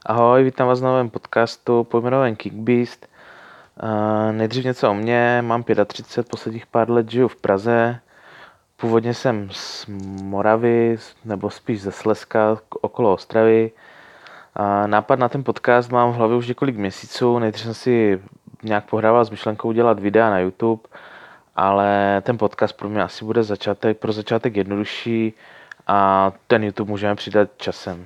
Ahoj, vítám vás na novém podcastu pojmenovaném Kickbeast. Nejdřív něco o mně, mám 35, posledních pár let žiju v Praze. Původně jsem z Moravy, nebo spíš ze Slezska, okolo Ostravy. Nápad na ten podcast mám v hlavě už několik měsíců. Nejdřív jsem si nějak pohrával s myšlenkou dělat videa na YouTube, ale ten podcast pro mě asi bude pro začátek jednodušší a ten YouTube můžeme přidat časem.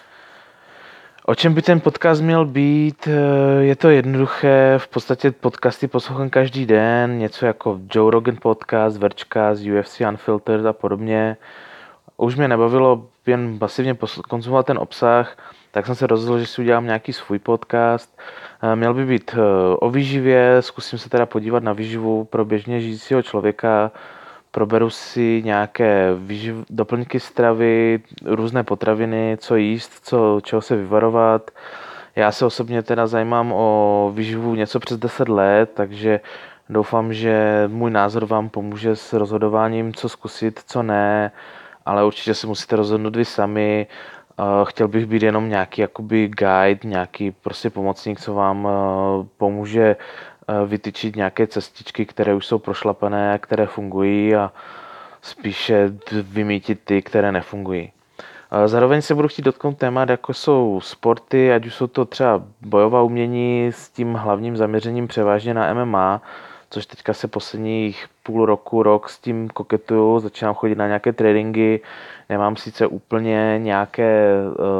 O čem by ten podcast měl být? Je to jednoduché, v podstatě podcasty poslouchám každý den, něco jako Joe Rogan podcast, Vergecast, UFC Unfiltered a podobně. Už mě nebavilo jen pasivně konzumovat ten obsah, tak jsem se rozhodl, že si udělám nějaký svůj podcast. Měl by být o výživě, zkusím se teda podívat na výživu pro běžně žijícího člověka, proberu si nějaké doplňky stravy, různé potraviny, co jíst, čeho se vyvarovat. Já se osobně teda zajímám o výživu něco přes 10 let, takže doufám, že můj názor vám pomůže s rozhodováním, co zkusit, co ne, ale určitě si musíte rozhodnout vy sami. Chtěl bych být jenom nějaký jakoby guide, nějaký prostě pomocník, co vám pomůže vytyčit nějaké cestičky, které už jsou prošlapané, které fungují a spíše vymítit ty, které nefungují. Zároveň se budu chtít dotknout témat, jako jsou sporty, ať už jsou to třeba bojová umění s tím hlavním zaměřením převážně na MMA, což teďka se posledních půl roku, rok s tím koketuju, začínám chodit na nějaké tréninky, nemám sice úplně nějaké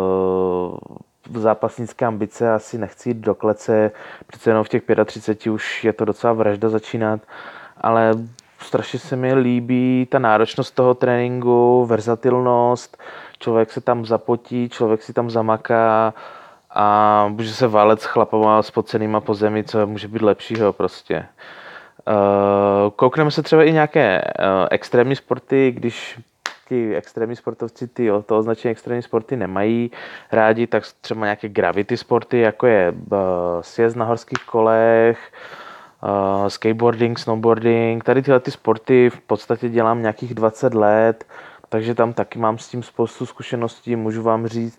zápasnické ambice, asi nechci jít do klece, přece jenom v těch 35 už je to docela vražda začínat, ale strašně se mi líbí ta náročnost toho tréninku, verzatilnost, člověk se tam zapotí, člověk si tam zamaká a může se válet s chlapama spocenýma po zemi, co může být lepšího prostě. Koukneme se třeba i nějaké extrémní sporty, když ti extrémní sportovci to označení extrémní sporty nemají rádi, tak třeba nějaké gravity sporty, jako je sjezd na horských kolech, skateboarding, snowboarding. Tady tyhle ty sporty v podstatě dělám nějakých 20 let, takže tam taky mám s tím spoustu zkušeností, můžu vám říct,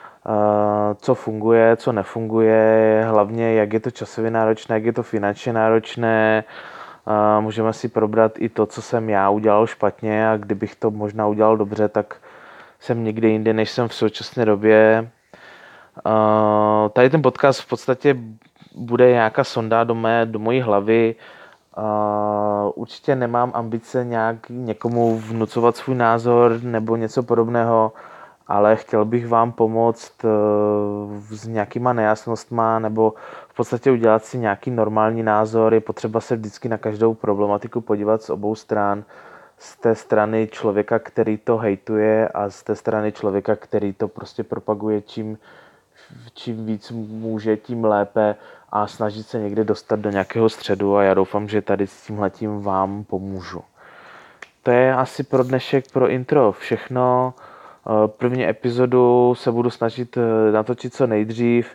co funguje, co nefunguje, hlavně jak je to časově náročné, jak je to finančně náročné. Můžeme si probrat i to, co jsem já udělal špatně a kdybych to možná udělal dobře, tak jsem někde jinde, než jsem v současné době. Tady ten podcast v podstatě bude nějaká sonda do mojí hlavy. Určitě nemám ambice nějak někomu vnucovat svůj názor nebo něco podobného, ale chtěl bych vám pomoct s nějakýma nejasnostma nebo v podstatě udělat si nějaký normální názor. Je potřeba se vždycky na každou problematiku podívat z obou stran. Z té strany člověka, který to hejtuje a z té strany člověka, který to prostě propaguje, čím víc může, tím lépe a snažit se někde dostat do nějakého středu a já doufám, že tady s tímhletím vám pomůžu. To je asi pro dnešek, pro intro všechno. První epizodu se budu snažit natočit co nejdřív.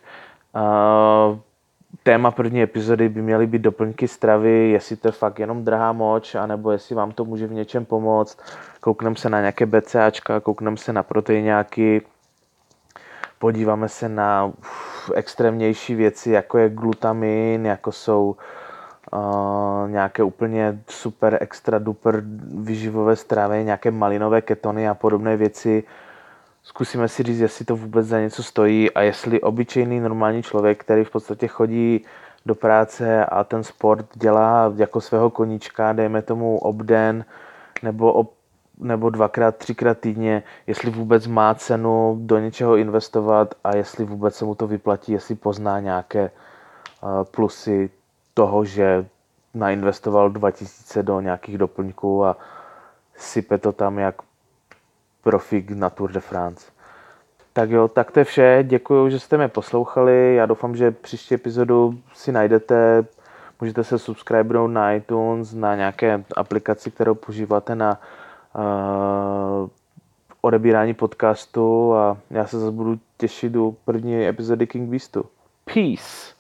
Téma první epizody by měly být doplňky stravy, jestli to je fakt jenom drahá moč, anebo jestli vám to může v něčem pomoct. Koukneme se na nějaké BCAčka, koukneme se na proteináky, podíváme se na extrémnější věci, jako je glutamin, jako jsou nějaké úplně super extra duper vyživové stravy, nějaké malinové ketony a podobné věci. Zkusíme si říct, jestli to vůbec za něco stojí a jestli obyčejný normální člověk, který v podstatě chodí do práce a ten sport dělá jako svého koníčka, dejme tomu obden nebo dvakrát, třikrát týdně, jestli vůbec má cenu do něčeho investovat a jestli vůbec se mu to vyplatí, jestli pozná nějaké plusy toho, že nainvestoval 2000 do nějakých doplňků a sype to tam jak profík na Tour de France. Tak jo, tak to je vše. Děkuji, že jste mě poslouchali. Já doufám, že příští epizodu si najdete. Můžete se subscribenout na iTunes, na nějaké aplikaci, kterou používáte na odebírání podcastu a já se zase budu těšit u první epizody King Beastu. Peace!